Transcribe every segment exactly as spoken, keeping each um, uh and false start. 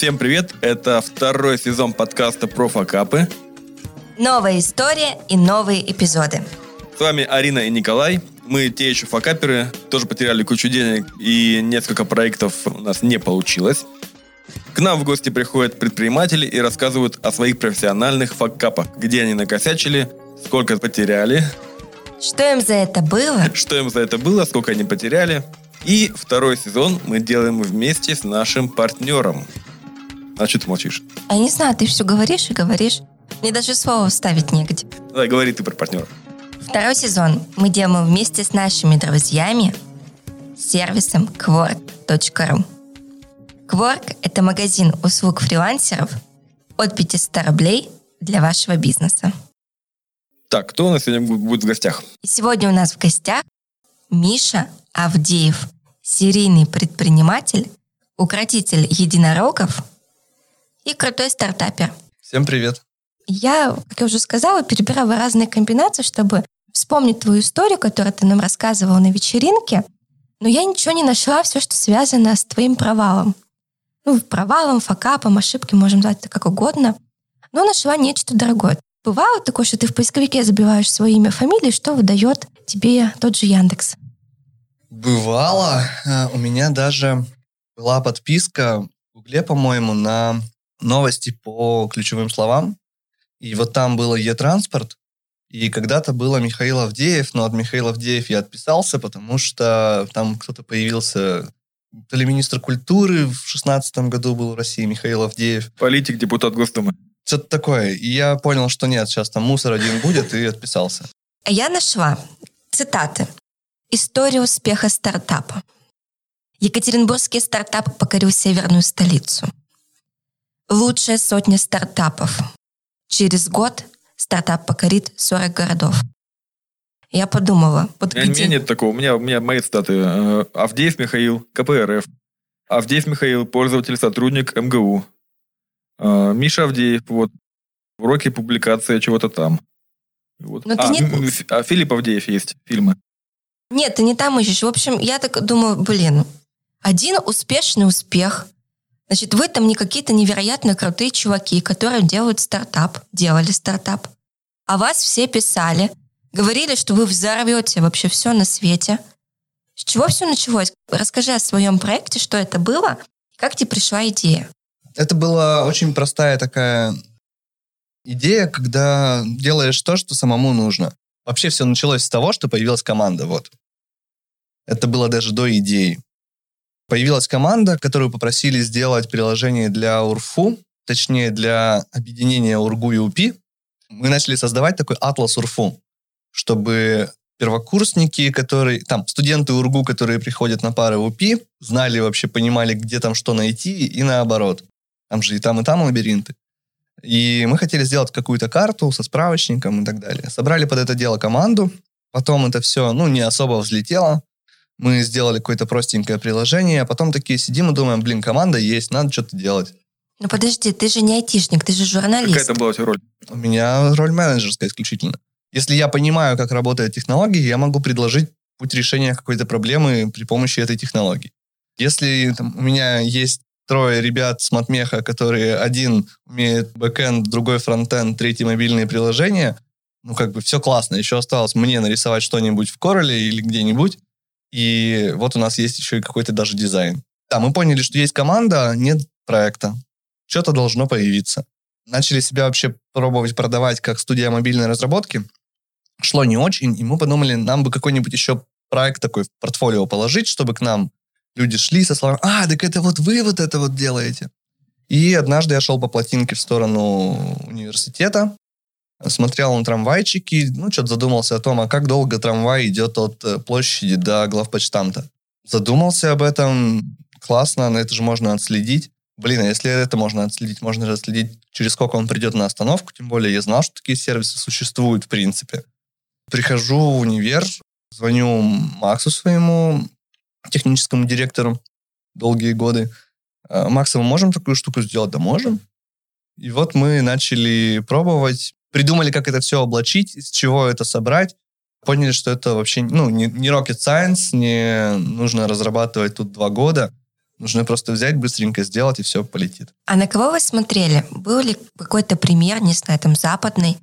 Всем привет! Это второй сезон подкаста про факапы. Новая история и новые эпизоды. С вами Арина и Николай. Мы те еще факаперы, тоже потеряли кучу денег и несколько проектов у нас не получилось. К нам в гости приходят предприниматели и рассказывают о своих профессиональных факапах, где они накосячили, сколько потеряли. Что им за это было? Что им за это было, сколько они потеряли. И второй сезон мы делаем вместе с нашим партнером. А что ты молчишь? Я не знаю, ты все говоришь и говоришь. Мне даже слово вставить негде. Давай, говори ты про партнера. Второй сезон мы делаем вместе с нашими друзьями сервисом кворк точка ру. Quark – это магазин услуг фрилансеров от пятьсот рублей для вашего бизнеса. Так, кто у нас сегодня будет в гостях? И сегодня у нас в гостях Миша Авдеев, серийный предприниматель, укротитель единорогов и крутой стартапер. Всем привет. Я, как я уже сказала, перебирала разные комбинации, чтобы вспомнить твою историю, которую ты нам рассказывала на вечеринке, но я ничего не нашла, все, что связано с твоим провалом. Ну, провалом, факапом, ошибки, можем назвать это как угодно, но нашла нечто другое. Бывало такое, что ты в поисковике забиваешь свое имя, фамилию, что выдает тебе тот же Яндекс? Бывало. У меня даже была подписка в Гугле, по-моему, на новости по ключевым словам. И вот там было Е-транспорт, и когда-то было Михаил Авдеев, но от Михаила Авдеев я отписался, потому что там кто-то появился, то ли министр культуры в шестнадцатом году был в России, Михаил Авдеев. Политик, депутат Госдумы. Что-то такое. И я понял, что нет, сейчас там мусор один будет, и отписался. Я нашла цитаты. История успеха стартапа. Екатеринбургский стартап покорил северную столицу. Лучшая сотня стартапов. Через год стартап покорит сорок городов. Я подумала. Вот У меня где... нет такого. У меня, у меня мои цитаты. Авдеев Михаил, ка пэ эр эф. Авдеев Михаил, пользователь, сотрудник эм гэ у. Миша Авдеев, вот, уроки, публикация чего-то там. Вот. А, не... а Филипп Авдеев есть, фильмы. Нет, ты не там ищешь. В общем, я так думаю, блин, один успешный успех. Значит, вы там не какие-то невероятно крутые чуваки, которые делают стартап, делали стартап. А вас все писали, говорили, что вы взорвете вообще все на свете. С чего все началось? Расскажи о своем проекте, что это было, как тебе пришла идея. Это была очень простая такая идея, когда делаешь то, что самому нужно. Вообще все началось с того, что появилась команда. Вот. Это было даже до идеи. Появилась команда, которую попросили сделать приложение для УРФУ, точнее для объединения УРГУ и УПИ. Мы начали создавать такой атлас УРФУ, чтобы первокурсники, которые, там, студенты УРГУ, которые приходят на пары в УПИ, знали вообще, понимали, где там что найти, и наоборот. Там же и там, и там лабиринты. И мы хотели сделать какую-то карту со справочником и так далее. Собрали под это дело команду, потом это все, ну, не особо взлетело. Мы сделали какое-то простенькое приложение, а потом такие сидим и думаем, блин, команда есть, надо что-то делать. Ну подожди, ты же не айтишник, ты же журналист. Какая это была у тебя роль? У меня роль менеджерская исключительно. Если я понимаю, как работают технологии, я могу предложить путь решения какой-то проблемы при помощи этой технологии. Если там, у меня есть трое ребят с Матмеха, которые один умеет бэкэнд, другой фронтенд, третий мобильные приложения, ну как бы все классно. Еще осталось мне нарисовать что-нибудь в Corel или где-нибудь. И вот у нас есть еще и какой-то даже дизайн. Да, мы поняли, что есть команда, нет проекта. Что-то должно появиться. Начали себя вообще пробовать продавать как студия мобильной разработки. Шло не очень, и мы подумали, нам бы какой-нибудь еще проект такой в портфолио положить, чтобы к нам люди шли со словами: «А, так это вот вы вот это вот делаете». И однажды я шел по плотинке в сторону университета, смотрел на трамвайчики, ну, что-то задумался о том, а как долго трамвай идет от площади до главпочтамта. Задумался об этом, классно, но это же можно отследить. Блин, а если это можно отследить, можно же отследить, через сколько он придет на остановку, тем более я знал, что такие сервисы существуют в принципе. Прихожу в универ, звоню Максу, своему техническому директору, долгие годы. «Макс, мы можем такую штуку сделать?» «Да можем». И вот мы начали пробовать, придумали, как это все облачить, из чего это собрать. Поняли, что это вообще ну, не, не rocket science, не нужно разрабатывать тут два года. Нужно просто взять, быстренько сделать, и все полетит. А на кого вы смотрели? Был ли какой-то пример, не знаю, там, западный?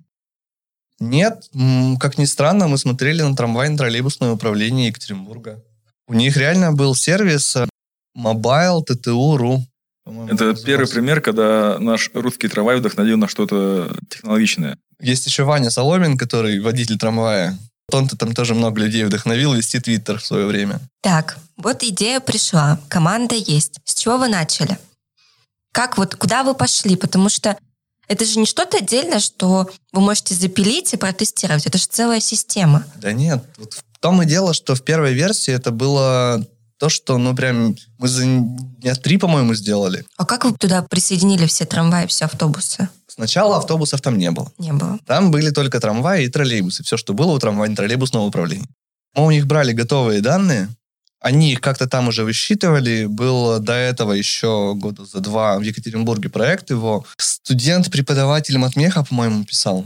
Нет, как ни странно, мы смотрели на трамвайно-троллейбусное управление Екатеринбурга. У них реально был сервис Mobile ти ти у точка ру. Это первый пример, когда наш русский трамвай вдохновил на что-то технологичное. Есть еще Ваня Соломин, который водитель трамвая. Он-то там тоже много людей вдохновил вести Твиттер в свое время. Так, вот идея пришла, команда есть. С чего вы начали? Как вот, куда вы пошли? Потому что это же не что-то отдельное, что вы можете запилить и протестировать. Это же целая система. Да нет, вот в том и дело, что в первой версии это было то, что, ну, прям мы за дня три, по-моему, сделали. А как вы туда присоединили все трамваи, все автобусы? Сначала автобусов там не было. Не было. Там были только трамваи и троллейбусы. Все, что было у трамвайно-троллейбусного управления. Мы у них брали готовые данные. Они их как-то там уже высчитывали. Был до этого еще года за два в Екатеринбурге проект его. Студент-преподаватель матмеха, по-моему, писал.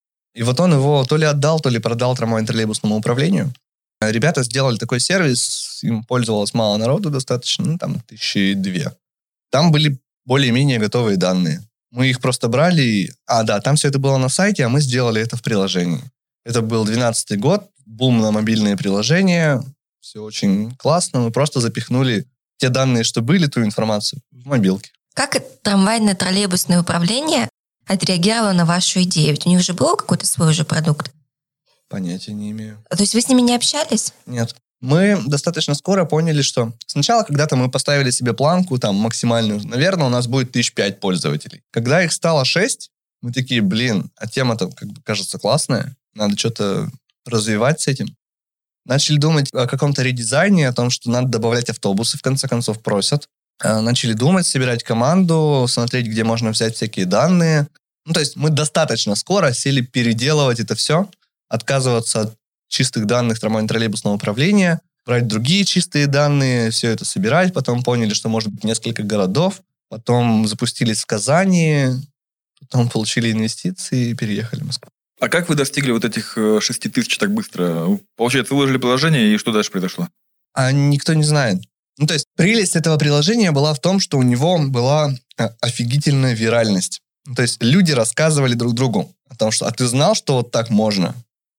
И вот он его то ли отдал, то ли продал трамвайно-троллейбусному управлению. Ребята сделали такой сервис, им пользовалось мало народу достаточно, ну, там, тысячи две. Там были более-менее готовые данные. Мы их просто брали, и... а, да, там все это было на сайте, а мы сделали это в приложении. Это был двенадцатый год, бум на мобильные приложения, все очень классно, мы просто запихнули те данные, что были, ту информацию в мобилке. Как трамвайно-троллейбусное управление отреагировало на вашу идею? Ведь у них же был какой-то свой уже продукт. Понятия не имею. То есть вы с ними не общались? Нет. Мы достаточно скоро поняли, что сначала когда-то мы поставили себе планку там максимальную. Наверное, у нас будет тысяч пять пользователей. Когда их стало шесть, мы такие, блин, а тема-то, как бы, кажется, классная. Надо что-то развивать с этим. Начали думать о каком-то редизайне, о том, что надо добавлять автобусы, в конце концов просят. Начали думать, собирать команду, смотреть, где можно взять всякие данные. Ну, то есть мы достаточно скоро сели переделывать это все, отказываться от чистых данных трамвайно-троллейбусного управления, брать другие чистые данные, все это собирать. Потом поняли, что может быть несколько городов. Потом запустились в Казани, потом получили инвестиции и переехали в Москву. А как вы достигли вот этих шести тысяч так быстро? Получается, выложили приложение, и что дальше произошло? А никто не знает. Ну, то есть прелесть этого приложения была в том, что у него была офигительная виральность. То есть люди рассказывали друг другу о том, что «а ты знал, что вот так можно?»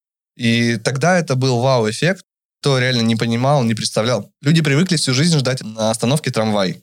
И тогда это был вау-эффект. Кто реально не понимал, не представлял. Люди привыкли всю жизнь ждать на остановке трамвай.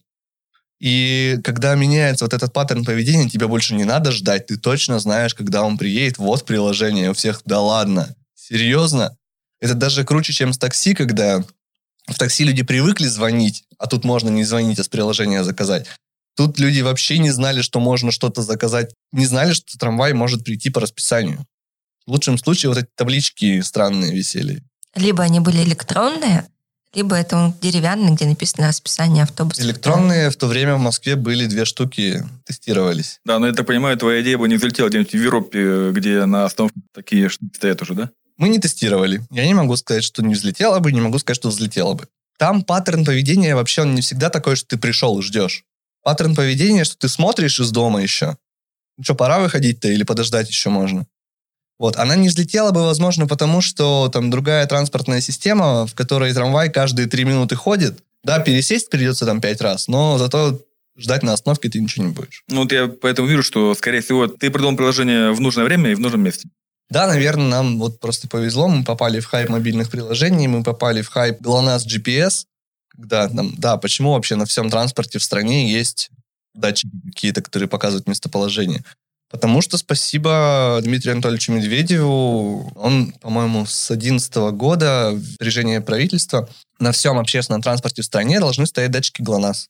И когда меняется вот этот паттерн поведения, тебе больше не надо ждать. Ты точно знаешь, когда он приедет. Вот приложение у всех. Да ладно. Серьезно? Это даже круче, чем с такси, когда в такси люди привыкли звонить, а тут можно не звонить, а с приложения заказать. Тут люди вообще не знали, что можно что-то заказать. Не знали, что трамвай может прийти по расписанию. В лучшем случае вот эти таблички странные висели. Либо они были электронные, либо это он деревянный, где написано расписание автобуса. Электронные в то время в Москве были две штуки, тестировались. Да, но я так понимаю, твоя идея бы не взлетела где-нибудь в Европе, где на остановке такие штуки стоят уже, да? Мы не тестировали. Я не могу сказать, что не взлетело бы, не могу сказать, что взлетело бы. Там паттерн поведения вообще он не всегда такой, что ты пришел и ждешь. Паттерн поведения, что ты смотришь из дома еще. Ну что, пора выходить-то или подождать еще можно? Вот, она не взлетела бы, возможно, потому что там другая транспортная система, в которой трамвай каждые три минуты ходит. Да, пересесть придется там пять раз, но зато ждать на остановке ты ничего не будешь. Ну вот я поэтому вижу, что, скорее всего, ты придумал приложение в нужное время и в нужном месте. Да, наверное, нам вот просто повезло. Мы попали в хайп мобильных приложений, мы попали в хайп ГЛОНАСС джи пи эс. Когда, там, да, почему вообще на всем транспорте в стране есть датчики какие-то, которые показывают местоположение? Потому что спасибо Дмитрию Анатольевичу Медведеву. Он, по-моему, с две тысячи одиннадцатого года в режиме правительства на всем общественном транспорте в стране должны стоять датчики ГЛОНАСС.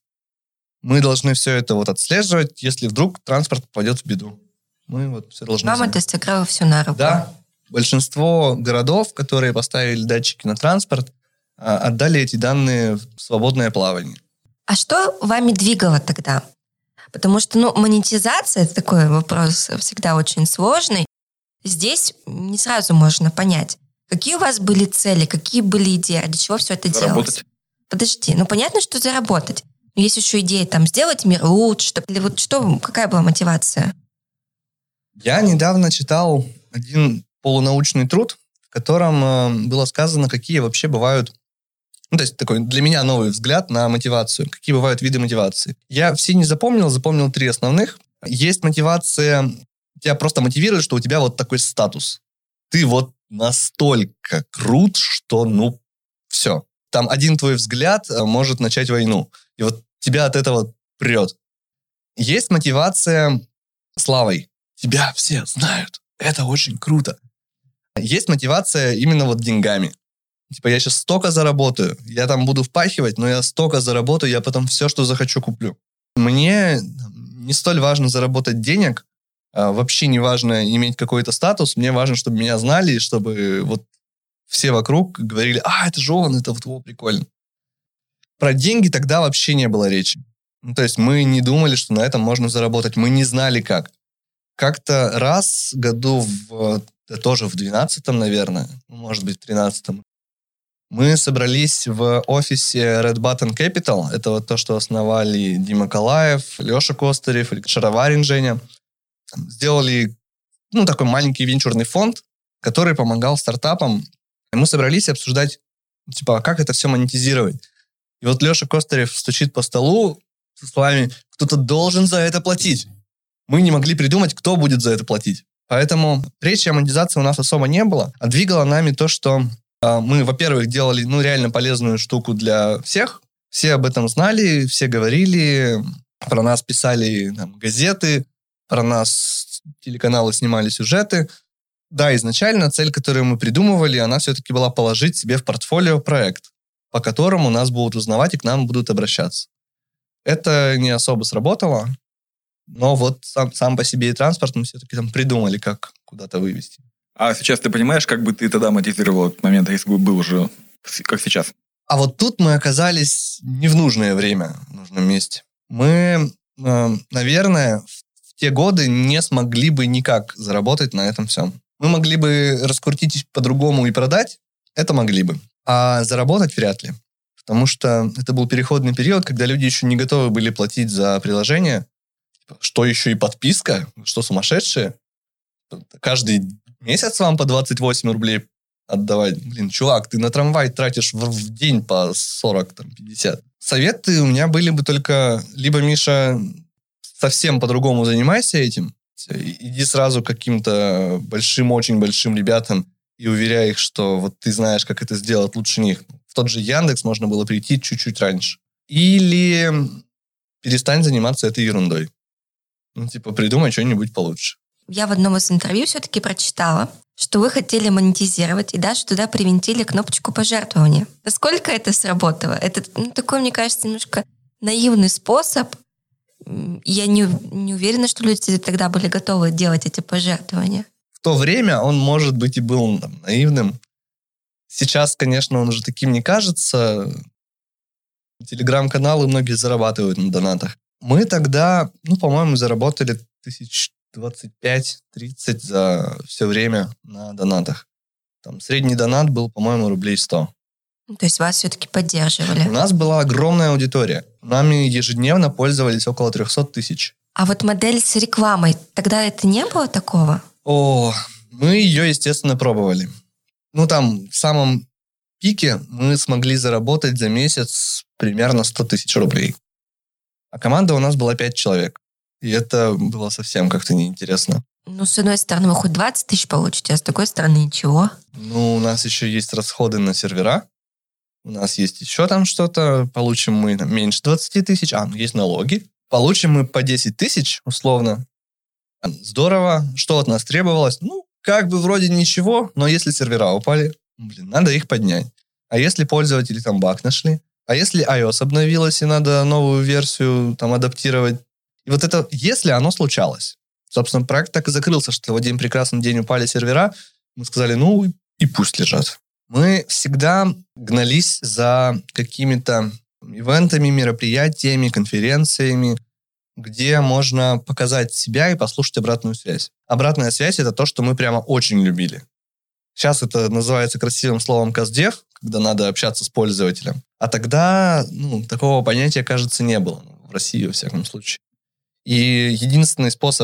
Мы должны все это вот отслеживать, если вдруг транспорт попадет в беду. Мы вот все должны... Вам это сыграло все на руку. Да. Большинство городов, которые поставили датчики на транспорт, отдали эти данные в свободное плавание. А что вами двигало тогда? Потому что, ну, монетизация – это такой вопрос всегда очень сложный. Здесь не сразу можно понять, какие у вас были цели, какие были идеи, ради чего все это Заработать. делалось. Подожди, ну понятно, что заработать. Но есть еще идея там сделать мир лучше. Или вот что, какая была мотивация? Я недавно читал один полунаучный труд, в котором э, было сказано, какие вообще бывают Ну, то есть такой для меня новый взгляд на мотивацию. Какие бывают виды мотивации. Я все не запомнил, запомнил три основных. Есть мотивация, тебя просто мотивирует, что у тебя вот такой статус. Ты вот настолько крут, что, ну, все. Там один твой взгляд может начать войну. И вот тебя от этого прет. Есть мотивация славой. Тебя все знают. Это очень круто. Есть мотивация именно вот деньгами. Типа, я сейчас столько заработаю, я там буду впахивать, но я столько заработаю, я потом все, что захочу, куплю. Мне не столь важно заработать денег, а вообще не важно иметь какой-то статус, мне важно, чтобы меня знали, и чтобы вот все вокруг говорили, а, это же он, это вот, о, прикольно. Про деньги тогда вообще не было речи. Ну, то есть мы не думали, что на этом можно заработать, мы не знали как. Как-то раз году в, да, тоже в двенадцатом, наверное, может быть, в тринадцатом, мы собрались в офисе Red Button Capital. Это вот то, что основали Дима Калаев, Леша Костарев, Шароварин Женя. Сделали, ну, такой маленький венчурный фонд, который помогал стартапам. И мы собрались обсуждать, типа, как это все монетизировать. И вот Леша Костарев стучит по столу со словами «Кто-то должен за это платить». Мы не могли придумать, кто будет за это платить. Поэтому речи о монетизации у нас особо не было. А двигало нами то, что мы, во-первых, делали, ну, реально полезную штуку для всех. Все об этом знали, все говорили, про нас писали там, газеты, про нас телеканалы снимали сюжеты. Да, изначально цель, которую мы придумывали, она все-таки была положить себе в портфолио проект, по которому нас будут узнавать и к нам будут обращаться. Это не особо сработало, но вот сам, сам по себе и транспорт мы все-таки там придумали, как куда-то вывести. А сейчас ты понимаешь, как бы ты тогда мотивировал этот момент, если бы был уже как сейчас? А вот тут мы оказались не в нужное время, в нужном месте. Мы, э, наверное, в те годы не смогли бы никак заработать на этом всем. Мы могли бы раскрутить по-другому и продать, это могли бы. А заработать вряд ли. Потому что это был переходный период, когда люди еще не готовы были платить за приложение. Что еще и подписка? Что, сумасшедшие? Каждый месяц вам по двадцать восемь рублей отдавать. Блин, чувак, ты на трамвай тратишь в, в день по сорок-пятьдесят. Советы у меня были бы только либо, Миша, совсем по-другому занимайся этим, иди сразу к каким-то большим, очень большим ребятам и уверяй их, что вот ты знаешь, как это сделать лучше них. В тот же Яндекс можно было прийти чуть-чуть раньше. Или перестань заниматься этой ерундой. Ну, типа, придумай что-нибудь получше. Я в одном из интервью все-таки прочитала, что вы хотели монетизировать и даже туда привинтили кнопочку пожертвования. Насколько это сработало? Это, ну, такой, мне кажется, немножко наивный способ. Я не, не уверена, что люди тогда были готовы делать эти пожертвования. В то время он, может быть, и был там, наивным. Сейчас, конечно, он уже таким не кажется. Телеграм-каналы многие зарабатывают на донатах. Мы тогда, ну, по-моему, заработали тысяч двадцать пять тридцать за все время на донатах. Там средний донат был, по-моему, рублей сто. То есть вас все-таки поддерживали? У нас была огромная аудитория. Нами ежедневно пользовались около триста тысяч. А вот модель с рекламой, тогда это не было такого? О, мы ее, естественно, пробовали. Ну, там, в самом пике мы смогли заработать за месяц примерно сто тысяч рублей. А команда у нас была пять человек. И это было совсем как-то неинтересно. Ну, с одной стороны, вы хоть двадцать тысяч получите, а с другой стороны, ничего. Ну, у нас еще есть расходы на сервера. У нас есть еще там что-то. Получим мы там, меньше двадцать тысяч. А, ну, есть налоги. Получим мы по десять тысяч, условно. Здорово. Что от нас требовалось? Ну, как бы вроде ничего, но если сервера упали, блин, надо их поднять. А если пользователи там баг нашли? А если iOS обновилась и надо новую версию там адаптировать? И вот это, если оно случалось. Собственно, проект так и закрылся, что в один прекрасный день упали сервера. Мы сказали, ну, и пусть лежат. Мы всегда гнались за какими-то ивентами, мероприятиями, конференциями, где можно показать себя и послушать обратную связь. Обратная связь — это то, что мы прямо очень любили. Сейчас это называется красивым словом «каздев», когда надо общаться с пользователем. А тогда, ну, такого понятия, кажется, не было. В России, во всяком случае. И единственный способ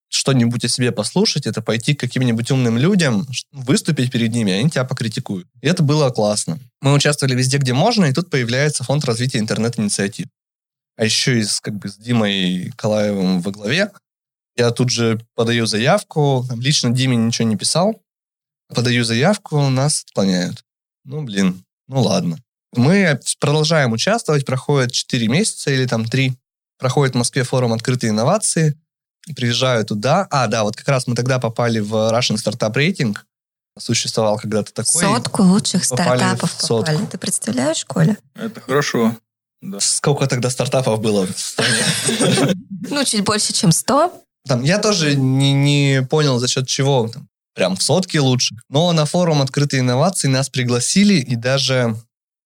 что-нибудь о себе послушать, это пойти к каким-нибудь умным людям, выступить перед ними, они тебя покритикуют. И это было классно. Мы участвовали везде, где можно, и тут появляется фонд развития интернет-инициатив. А еще и с, как бы, с Димой Калаевым во главе. Я тут же подаю заявку, лично Диме ничего не писал. Подаю заявку, нас отклоняют. Ну, блин, ну ладно. Мы продолжаем участвовать, проходит четыре месяца или там три. Проходит в Москве форум «Открытые инновации». Приезжаю туда. А, да, вот как раз мы тогда попали в Russian Startup Rating. Существовал когда-то такой. Сотку лучших попали стартапов в сотку. попали. Ты представляешь, Коля? Это хорошо. Да. Сколько тогда стартапов было в стране? Ну, чуть больше, чем сто. Там, я тоже не, не понял, за счет чего. Там, прям в сотке лучших. Но на форум «Открытые инновации» нас пригласили и даже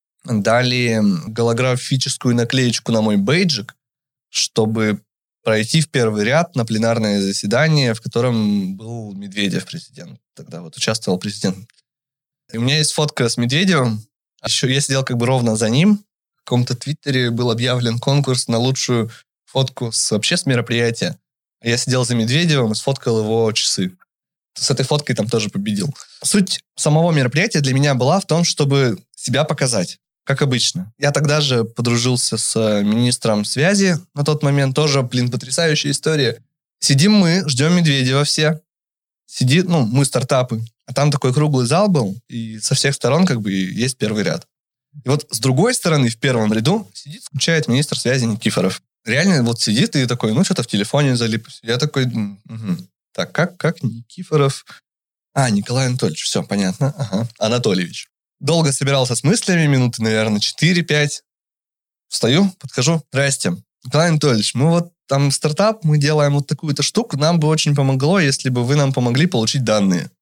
дали голографическую наклеечку на мой бейджик, чтобы пройти в первый ряд на пленарное заседание, в котором был Медведев президент. Тогда вот участвовал президент. И у меня есть фотка с Медведевым. Еще я сидел как бы ровно за ним. В каком-то твиттере был объявлен конкурс на лучшую фотку с, вообще с мероприятия. Я сидел за Медведевым и сфоткал его часы. С этой фоткой там тоже победил. Суть самого мероприятия для меня была в том, чтобы себя показать. Как обычно. Я тогда же подружился с министром связи на тот момент. Тоже, блин, потрясающая история. Сидим мы, ждем Медведева все. Сидит, ну, мы стартапы. А там такой круглый зал был, и со всех сторон как бы есть первый ряд. И вот с другой стороны, в первом ряду, сидит, скучает министр связи Никифоров. Реально вот сидит и такой, ну, что-то в телефоне залип. Я такой, угу. Так, как, как Никифоров? А, Николай Анатольевич, все, понятно. Ага, Анатольевич. Долго собирался с мыслями, минуты, наверное, четыре-пять. Встаю, подхожу. Здрасте. Николай Анатольевич, мы вот там стартап, мы делаем вот такую-то штуку. Нам бы очень помогло, если бы вы нам помогли получить данные.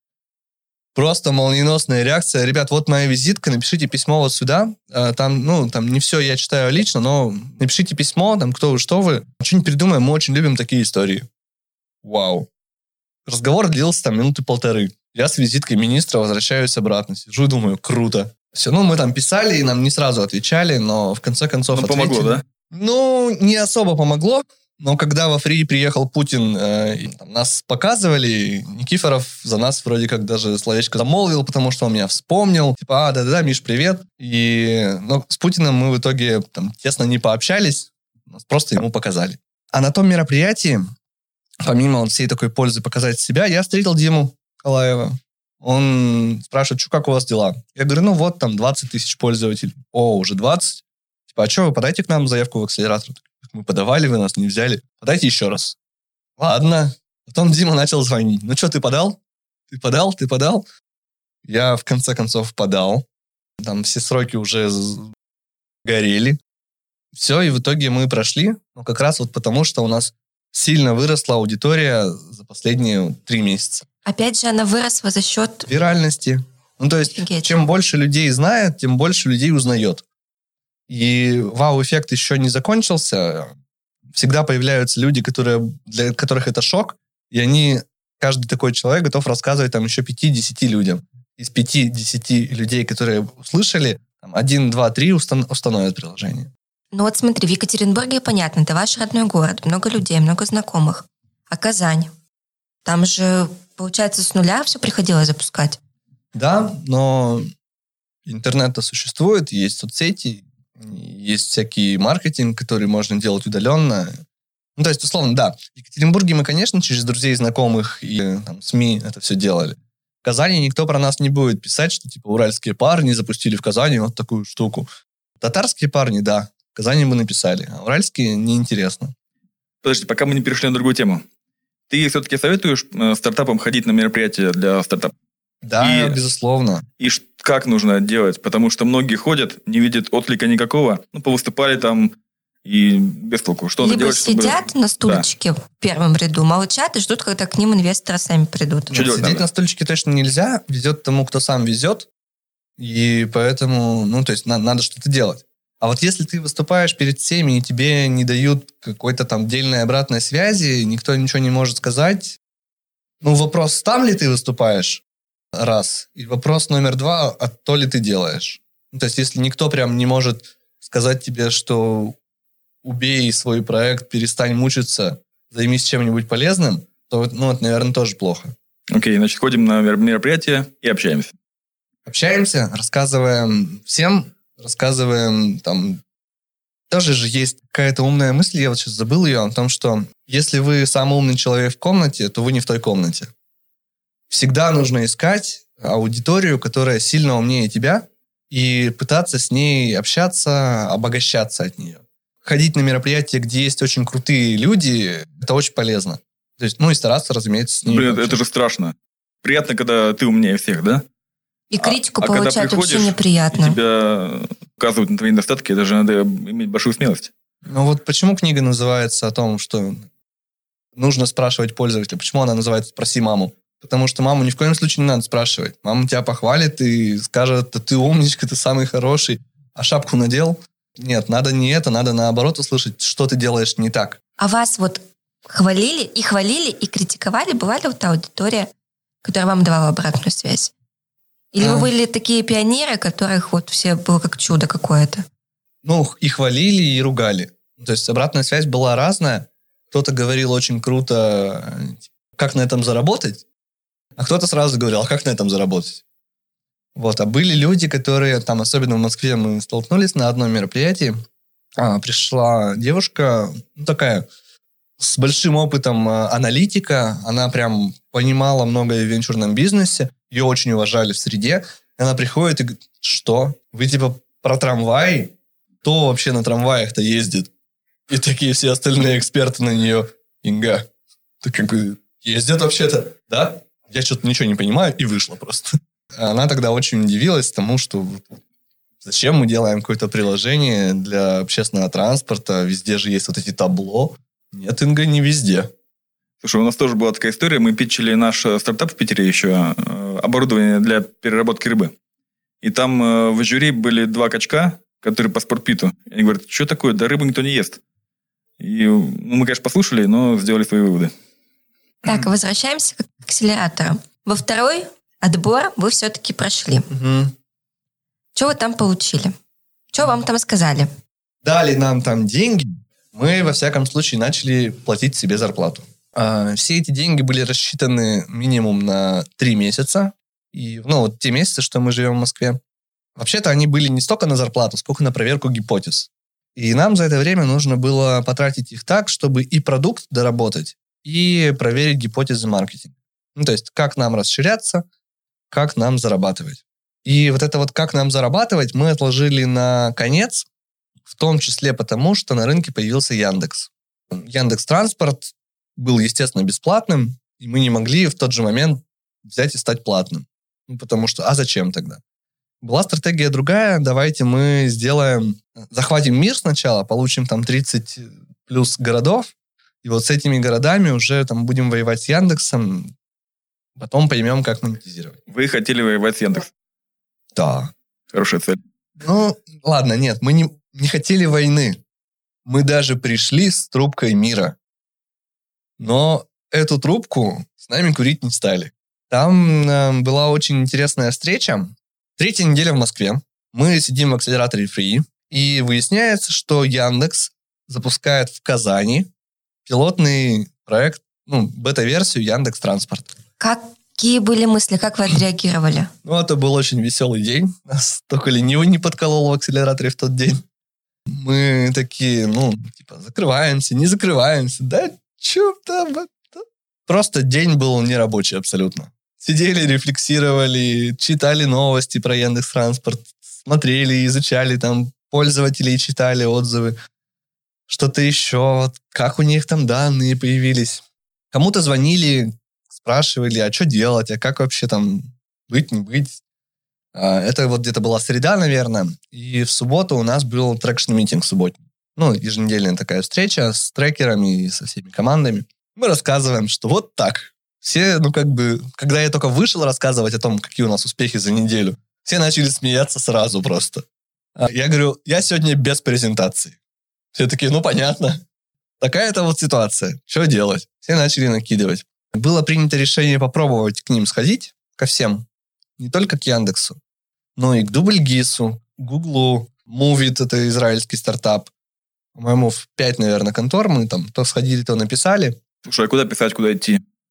Просто молниеносная реакция. Ребят, вот моя визитка, напишите письмо вот сюда. Там, ну, там не все я читаю лично, но напишите письмо, там, кто вы, что вы. Что-нибудь придумаем, мы очень любим такие истории. Вау. Разговор длился там минуты полторы. Я с визиткой министра возвращаюсь обратно. Сижу и думаю, круто. Все, ну, мы там писали, и нам не сразу отвечали, но в конце концов ну, ответили. помогло, да? Ну, не особо помогло, но когда во Фри приехал Путин, э, и, там, нас показывали, Никифоров за нас вроде как даже словечко замолвил, потому что он меня вспомнил. Типа, а, да-да-да, Миш, привет. И, но с Путиным мы в итоге там тесно не пообщались, нас просто ему показали. А на том мероприятии, помимо вот всей такой пользы показать себя, я встретил Диму Калаева. Он спрашивает, что, как у вас дела? Я говорю, ну вот, там двадцать тысяч пользователей. О, уже двадцать? Типа, а что, вы подайте к нам заявку в акселератор? Мы подавали, вы нас не взяли. Подайте еще раз. Ладно. Потом Дима начал звонить. Ну что, ты подал? Ты подал? Ты подал? Я в конце концов подал. Там все сроки уже горели. Все, и в итоге мы прошли. Но как раз вот потому, что у нас сильно выросла аудитория за последние три месяца. Опять же, она выросла за счет... виральности. Ну, то есть, Офигеть. Чем больше людей знает, тем больше людей узнает. И вау-эффект еще не закончился. Всегда появляются люди, которые, для которых это шок, и они, каждый такой человек готов рассказывать там еще пяти-десяти людям. Из пяти-десяти людей, которые услышали, там, один, два, три устан- установят приложение. Ну вот смотри, в Екатеринбурге, понятно, это ваш родной город, много людей, много знакомых. А Казань? Там же, получается, с нуля все приходилось запускать. Да, но интернет-то существует, есть соцсети, есть всякий маркетинг, который можно делать удаленно. Ну, то есть, условно, да. В Екатеринбурге мы, конечно, через друзей, знакомых и там, СМИ это все делали. В Казани никто про нас не будет писать, что типа уральские парни запустили в Казани вот такую штуку. Татарские парни, да, в Казани мы написали, а уральские неинтересно. Подожди, пока мы не перешли на другую тему. Ты все-таки советуешь э, стартапам ходить на мероприятия для стартапов? Да, И- безусловно. И ш- как нужно делать? Потому что многие ходят, не видят отклика никакого. Ну, повыступали там и без толку. Что надо Либо делать, чтобы... сидят на стульчике в первом ряду, молчат и ждут, когда к ним инвесторы сами придут. Что делать Сидеть надо? на стульчике точно нельзя. Везет тому, кто сам везет. И поэтому, ну, то есть на- надо что-то делать. А вот если ты выступаешь перед всеми, и тебе не дают какой-то там дельной обратной связи, никто ничего не может сказать, ну, вопрос, там ли ты выступаешь? Раз. И вопрос номер два, а то ли ты делаешь? Ну, то есть если никто прям не может сказать тебе, что убей свой проект, перестань мучиться, займись чем-нибудь полезным, то, ну, это, наверное, тоже плохо. Окей, значит, ходим на мероприятие и общаемся. Общаемся, рассказываем всем, рассказываем там... Тоже же есть какая-то умная мысль, я вот сейчас забыл ее, о том, что если вы самый умный человек в комнате, то вы не в той комнате. Всегда нужно искать аудиторию, которая сильно умнее тебя, и пытаться с ней общаться, обогащаться от нее. Ходить на мероприятия, где есть очень крутые люди, это очень полезно. То есть, ну и стараться, разумеется, с ними. Блин, это же страшно. Приятно, когда ты умнее всех, да? И критику а, получать а вообще неприятно. И тебя указывают на твои недостатки, это же надо иметь большую смелость. Ну вот почему книга называется о том, что нужно спрашивать пользователя? Почему она называется «Спроси маму»? Потому что маму ни в коем случае не надо спрашивать. Мама тебя похвалит и скажет, да ты умничка, ты самый хороший, а шапку надел? Нет, надо не это, надо наоборот услышать, что ты делаешь не так. А вас вот хвалили и хвалили, и критиковали? Была ли вот та аудитория, которая вам давала обратную связь? Или а. вы были такие пионеры, которых вот все было как чудо какое-то? Ну, и хвалили, и ругали. То есть обратная связь была разная. Кто-то говорил очень круто, как на этом заработать, а кто-то сразу говорил, а как на этом заработать? Вот, а были люди, которые, там, особенно в Москве, мы столкнулись на одном мероприятии. А, пришла девушка, ну, такая, с большим опытом аналитика. Она прям понимала многое в венчурном бизнесе. Ее очень уважали в среде. И она приходит и говорит, что? Вы типа про трамвай? Кто вообще на трамваях-то ездит? И такие все остальные эксперты на нее. Инга, ты как бы ездят вообще-то? Да? Я что-то ничего не понимаю, и вышла просто. Она тогда очень удивилась тому, что зачем мы делаем какое-то приложение для общественного транспорта, везде же есть вот эти табло. Нет, Инга, не везде. Слушай, у нас тоже была такая история, мы питчили наш стартап в Питере еще, оборудование для переработки рыбы. И там в жюри были два качка, которые по спортпиту. И они говорят, что такое, да рыбу никто не ест. И ну, мы, конечно, послушали, но сделали свои выводы. Так, возвращаемся к акселератору. Во второй отбор вы все-таки прошли. Угу. Что вы там получили? Что вам там сказали? Дали нам там деньги. Мы, во всяком случае, начали платить себе зарплату. А, все эти деньги были рассчитаны минимум на три месяца. И, ну, вот те месяцы, что мы живем в Москве. Вообще-то они были не столько на зарплату, сколько на проверку гипотез. И нам за это время нужно было потратить их так, чтобы и продукт доработать, и проверить гипотезы маркетинга. Ну, то есть, как нам расширяться, как нам зарабатывать. И вот это вот как нам зарабатывать мы отложили на конец, в том числе потому, что на рынке появился Яндекс. Яндекс.Транспорт был, естественно, бесплатным, и мы не могли в тот же момент взять и стать платным. Ну, потому что, а зачем тогда? Была стратегия другая, давайте мы сделаем, захватим мир сначала, получим там тридцать плюс городов, и вот с этими городами уже там будем воевать с Яндексом, потом поймем, как монетизировать. Вы хотели воевать с Яндексом? Да. Хорошая цель. Ну, ладно, нет, мы не, не хотели войны. Мы даже пришли с трубкой мира. Но эту трубку с нами курить не стали. Там э, была очень интересная встреча. Третья неделя в Москве. Мы сидим в акселераторе Free, и выясняется, что Яндекс запускает в Казани пилотный проект, ну, бета-версию Яндекс.Транспорт. Какие были мысли, как вы отреагировали? Ну, это был очень веселый день. Нас только ленивый не подколол в акселераторе в тот день. Мы такие, ну, типа, закрываемся, не закрываемся. Да, чё там? Просто день был нерабочий абсолютно. Сидели, рефлексировали, читали новости про Яндекс.Транспорт, смотрели, изучали там пользователей, читали отзывы. Что-то еще, вот, как у них там данные появились. Кому-то звонили, спрашивали, а что делать, а как вообще там быть, не быть. Это вот где-то была среда, наверное, и в субботу у нас был трекшн-митинг субботний. Ну, еженедельная такая встреча с трекерами и со всеми командами. Мы рассказываем, что вот так. Все, ну, как бы, когда я только вышел рассказывать о том, какие у нас успехи за неделю, все начали смеяться сразу просто. Я говорю, я сегодня без презентации. Все такие, ну, понятно. Такая-то вот ситуация. Что делать? Все начали накидывать. Было принято решение попробовать к ним сходить, ко всем. Не только к Яндексу, но и к Дубльгису, Гуглу, Movit, это израильский стартап. По-моему, в пять, наверное, контор мы там то сходили, то написали. Слушай, а куда писать, куда идти?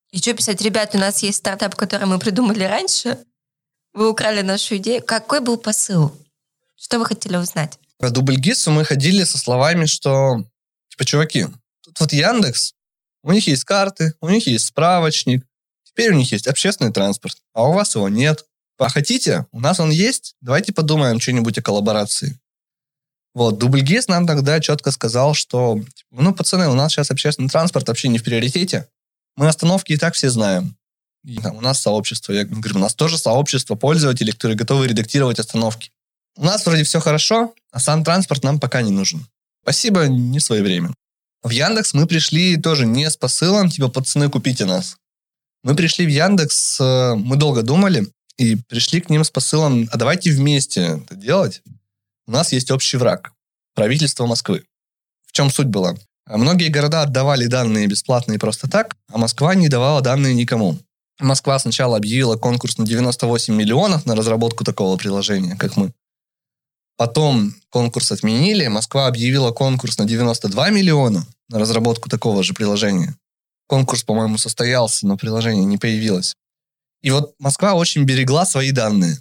И что писать, ребята, у нас есть стартап, который мы придумали раньше, вы украли нашу идею. Какой был посыл? Что вы хотели узнать? Про Дубльгиссу мы ходили со словами, что, типа, чуваки, тут вот Яндекс, у них есть карты, у них есть справочник, теперь у них есть общественный транспорт, а у вас его нет. А хотите? У нас он есть, давайте подумаем что-нибудь о коллаборации. Вот, Дубльгисс нам тогда четко сказал, что, ну, пацаны, у нас сейчас общественный транспорт вообще не в приоритете. Мы остановки и так все знаем. И, там, у нас сообщество. Я говорю, у нас тоже сообщество пользователей, которые готовы редактировать остановки. У нас вроде все хорошо, а сам транспорт нам пока не нужен. Спасибо, не своевременно. В Яндекс мы пришли тоже не с посылом, типа, пацаны, купите нас. Мы пришли в Яндекс, мы долго думали, и пришли к ним с посылом, а давайте вместе это делать. У нас есть общий враг. Правительство Москвы. В чем суть была? Многие города отдавали данные бесплатно и просто так, а Москва не давала данные никому. Москва сначала объявила конкурс на девяносто восемь миллионов на разработку такого приложения, как мы. Потом конкурс отменили, Москва объявила конкурс на девяносто два миллиона на разработку такого же приложения. Конкурс, по-моему, состоялся, но приложение не появилось. И вот Москва очень берегла свои данные.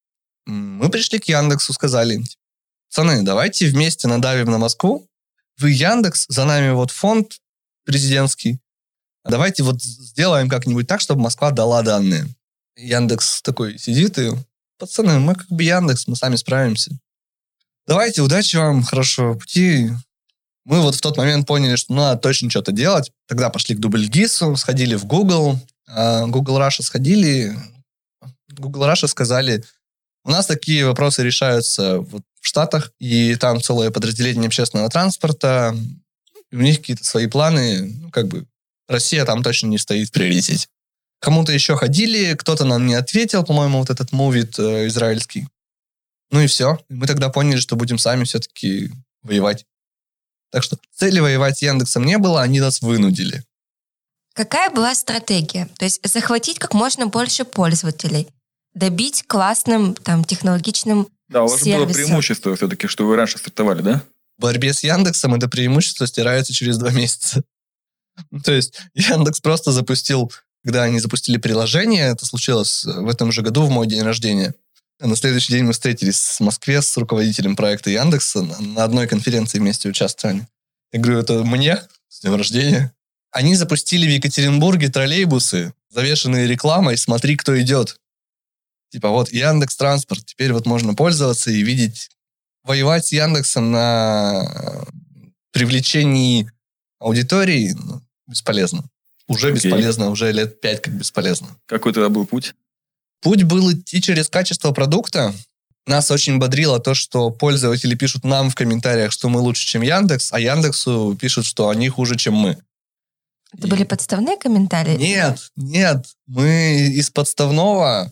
Мы пришли к Яндексу, сказали, пацаны, давайте вместе надавим на Москву. Вы, Яндекс, за нами вот фонд президентский. Давайте вот сделаем как-нибудь так, чтобы Москва дала данные. Яндекс такой сидит и, пацаны, мы как бы Яндекс, мы сами справимся. Давайте, удачи вам, хорошего пути. Мы вот в тот момент поняли, что надо точно что-то делать. Тогда пошли к Дубльгиссу, сходили в Google. Google Russia сходили. Google Russia сказали, у нас такие вопросы решаются вот в Штатах, и там целое подразделение общественного транспорта, и у них какие-то свои планы, ну, как бы, Россия там точно не стоит в приоритете. Кому-то еще ходили, кто-то нам не ответил, по-моему, вот этот мувит э, израильский. Ну и все. Мы тогда поняли, что будем сами все-таки воевать. Так что цели воевать с Яндексом не было, они нас вынудили. Какая была стратегия? То есть захватить как можно больше пользователей, добить классным, там, технологичным Да, у вас же было сервисом. преимущество все-таки, что вы раньше стартовали, да? В борьбе с Яндексом это преимущество стирается через два месяца. То есть Яндекс просто запустил, когда они запустили приложение, это случилось в этом же году, в мой день рождения. На следующий день мы встретились в Москве с руководителем проекта Яндекса, на одной конференции вместе участвовали. Я говорю, это мне с днем рождения. Они запустили в Екатеринбурге троллейбусы, завешенные рекламой «Смотри, кто идет». Типа вот Яндекс Транспорт, теперь вот можно пользоваться и видеть. Воевать с Яндексом на привлечении аудитории ну, бесполезно. Уже Окей. бесполезно, уже лет пять как бесполезно. Какой тогда был путь? Путь был идти через качество продукта. Нас очень бодрило то, что пользователи пишут нам в комментариях, что мы лучше, чем Яндекс, а Яндексу пишут, что они хуже, чем мы. Это были подставные комментарии? Нет, нет. Мы из подставного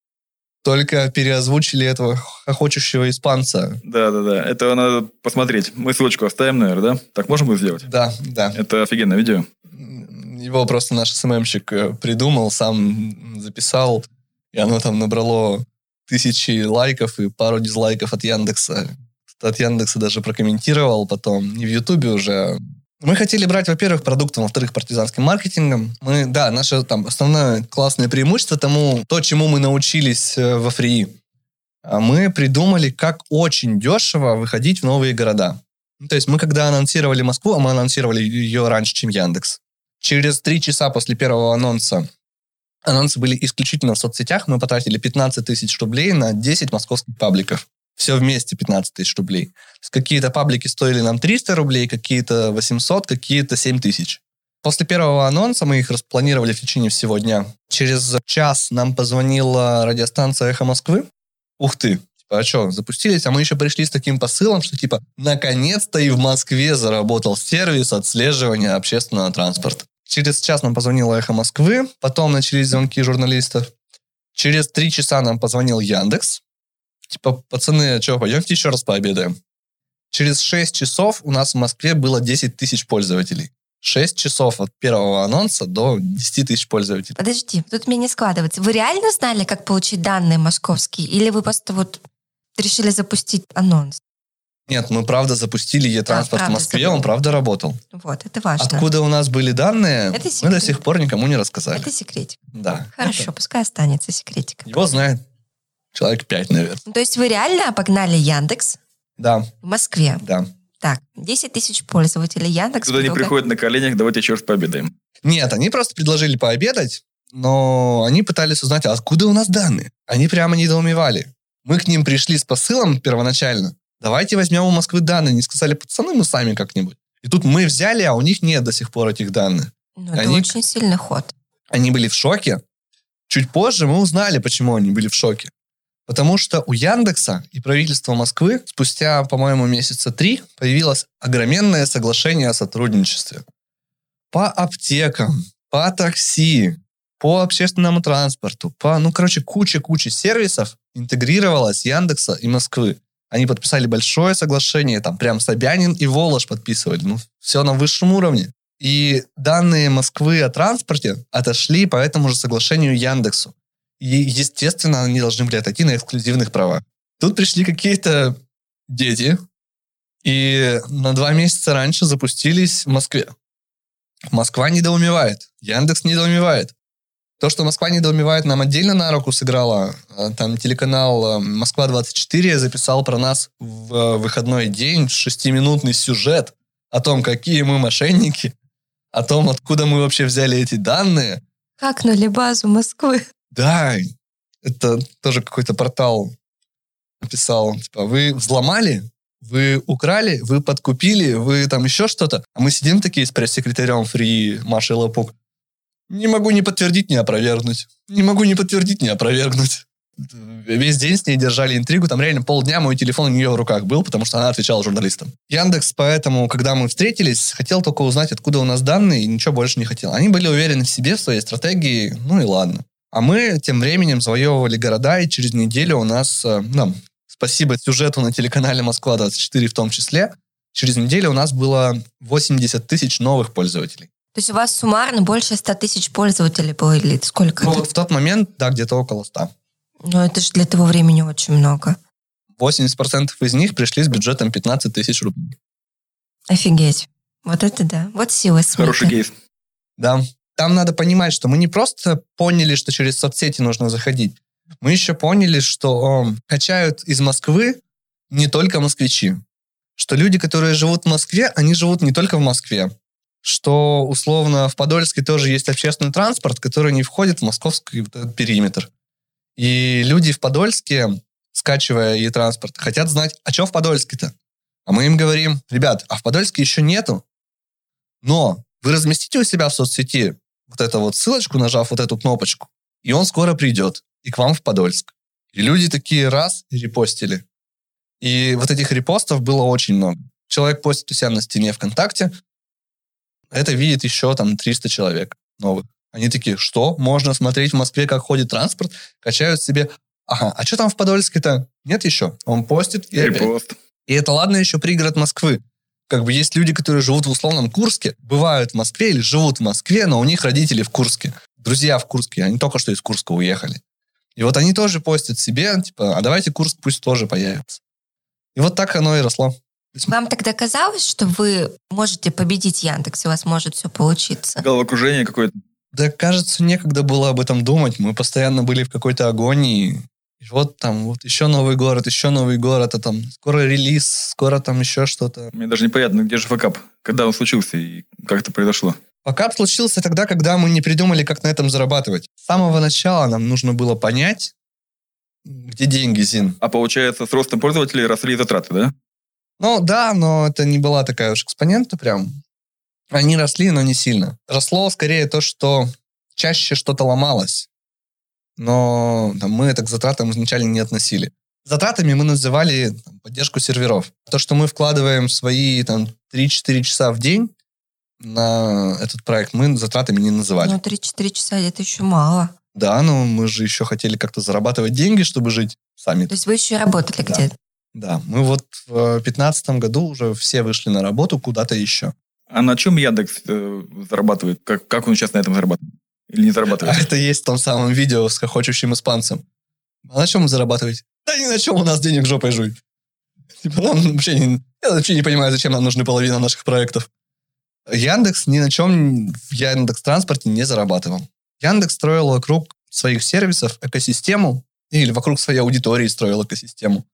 только переозвучили этого хохочущего испанца. Да-да-да, это надо посмотреть. Мы ссылочку оставим, наверное, да? Так можем будет сделать? Да, да. Это офигенное видео. Его просто наш эс эм эм-щик придумал, сам записал, и оно там набрало тысячи лайков и пару дизлайков от Яндекса. От Яндекса даже прокомментировал потом, не в Ютубе уже. Мы хотели брать, во-первых, продуктом, во-вторых, партизанским маркетингом. Мы, да, наше там основное классное преимущество тому, то, чему мы научились во Free. Мы придумали, как очень дешево выходить в новые города. То есть мы, когда анонсировали Москву, а мы анонсировали ее раньше, чем Яндекс, через три часа после первого анонса, анонсы были исключительно в соцсетях, мы потратили пятнадцать тысяч рублей на десять московских пабликов. Все вместе пятнадцать тысяч рублей. Какие-то паблики стоили нам триста рублей, какие-то восемьсот, какие-то семь тысяч. После первого анонса мы их распланировали в течение всего дня. Через час нам позвонила радиостанция «Эхо Москвы». Ух ты! Типа, а что, запустились? А мы еще пришли с таким посылом, что типа, наконец-то и в Москве заработал сервис отслеживания общественного транспорта. Через час нам позвонила «Эхо Москвы», потом начались звонки журналистов. Через три часа нам позвонил Яндекс. Типа, пацаны, что, пойдемте еще раз пообедаем. Через шесть часов у нас в Москве было десять тысяч пользователей. шесть часов от первого анонса до десять тысяч пользователей. Подожди, тут мне не складывается. Вы реально знали, как получить данные московские? Или вы просто вот решили запустить анонс? Нет, мы правда запустили e-транспорт Да, в Москве, правда, он правда работал. Вот, это важно. Откуда у нас были данные, Это мы секрет. до сих пор никому не рассказали. Это секретик. Да. Хорошо, Это- пускай останется секретик. Его знает человек пять, наверное. Ну, то есть вы реально обогнали Яндекс Да, в Москве? да. Так, десять тысяч пользователей Яндекс. Туда они много. приходят на коленях, давайте еще раз пообедаем. Нет, они просто предложили пообедать, но они пытались узнать, а откуда у нас данные. Они прямо недоумевали. Мы к ним пришли с посылом первоначально. Давайте возьмем у Москвы данные. Они сказали, пацаны, мы сами как-нибудь. И тут мы взяли, а у них нет до сих пор этих данных. Ну, это они- очень сильный ход. Они были в шоке. Чуть позже мы узнали, почему они были в шоке. Потому что у Яндекса и правительства Москвы спустя, по-моему, месяца три появилось огроменное соглашение о сотрудничестве. По аптекам, по такси, по общественному транспорту, по, ну, короче, куча-куча сервисов интегрировалась Яндекса и Москвы. Они подписали большое соглашение, там прям Собянин и Волож подписывали. Ну, все на высшем уровне. И данные Москвы о транспорте отошли по этому же соглашению Яндексу. И, естественно, они должны были отойти на эксклюзивных правах. Тут пришли какие-то дети, и на два месяца раньше запустились в Москве. Москва недоумевает, Яндекс недоумевает. То, что Москва недоумевает, нам отдельно на руку сыграло. Там телеканал Москва двадцать четыре записал про нас в выходной день шестиминутный сюжет о том, какие мы мошенники, о том, откуда мы вообще взяли эти данные. Хакнули базу Москвы. Да, это тоже какой-то портал написал. Типа, вы взломали, вы украли, вы подкупили, вы там еще что-то. А мы сидим такие с пресс-секретарем Фри Машей Лопук. Не могу не подтвердить, не опровергнуть. Не могу не подтвердить, не опровергнуть. Весь день с ней держали интригу. Там реально полдня мой телефон у нее в руках был, потому что она отвечала журналистам. Яндекс поэтому, когда мы встретились, хотел только узнать, откуда у нас данные, и ничего больше не хотел. Они были уверены в себе, в своей стратегии, ну и ладно. А мы тем временем завоевывали города, и через неделю у нас, ну, спасибо сюжету на телеканале Москва двадцать четыре в том числе, через неделю у нас было восемьдесят тысяч новых пользователей. То есть у вас суммарно больше ста тысяч пользователей было, или сколько? Ну это? вот в тот момент, да, где-то около ста. Ну, это же для того времени очень много. восемьдесят процентов из них пришли с бюджетом пятнадцать тысяч рублей. Офигеть. Вот это да. Вот сила сметы. Хороший кейс. Да. Там надо понимать, что мы не просто поняли, что через соцсети нужно заходить. Мы еще поняли, что о, качают из Москвы не только москвичи. Что люди, которые живут в Москве, они живут не только в Москве. Что, условно, в Подольске тоже есть общественный транспорт, который не входит в московский вот этот периметр. И люди в Подольске, скачивая e-транспорт, хотят знать, а что в Подольске-то? А мы им говорим, ребят, а в Подольске еще нету. Но вы разместите у себя в соцсети вот эту вот ссылочку, нажав вот эту кнопочку, и он скоро придет и к вам в Подольск. И люди такие раз и репостили. И вот этих репостов было очень много. Человек постит у себя на стене ВКонтакте, это видит еще там триста человек новых. Они такие, что? Можно смотреть в Москве, как ходит транспорт, качают себе. Ага, а что там в Подольске-то? Нет еще. Он постит и опять. Репост. И это ладно еще пригород Москвы. Как бы есть люди, которые живут в условном Курске, бывают в Москве или живут в Москве, но у них родители в Курске. Друзья в Курске, они только что из Курска уехали. И вот они тоже постят себе, типа, а давайте Курск пусть тоже появится. И вот так оно и росло. Вам тогда казалось, что вы можете победить Яндекс, и у вас может все получиться? Головокружение какое-то. Да, кажется, некогда было об этом думать. Мы постоянно были в какой-то агонии. И вот там, вот еще новый город, еще новый город, а там скоро релиз, скоро там еще что-то. Мне даже непонятно, где же факап, когда он случился и как это произошло. Факап случился тогда, когда мы не придумали, как на этом зарабатывать. С самого начала нам нужно было понять, где деньги, Зин. А получается, с ростом пользователей росли затраты, да? Ну да, но это не была такая уж экспонента прям. Они росли, но не сильно. Росло скорее то, что чаще что-то ломалось. Но там, мы это к затратам изначально не относили. Затратами мы называли там, поддержку серверов. То, что мы вкладываем свои там, три-четыре часа в день на этот проект, мы затратами не называли. Ну, три-четыре часа это еще мало. Да, но мы же еще хотели как-то зарабатывать деньги, чтобы жить сами. То есть вы еще и работали Да. где-то? Да, мы вот в пятнадцатом году уже все вышли на работу куда-то еще. А на чем Яндекс э, зарабатывает? Как, как он сейчас на этом зарабатывает? Или не А зарабатывает? это есть в том самом видео с хохочущим испанцем. А на чем вы зарабатываете? Да ни на чем, у нас денег жопой жуй. Типа, нам вообще не, я вообще не понимаю, зачем нам нужны половина наших проектов. Яндекс ни на чем в Яндекс.Транспорте не зарабатывал. Яндекс строил вокруг своих сервисов экосистему, или вокруг своей аудитории строил экосистему.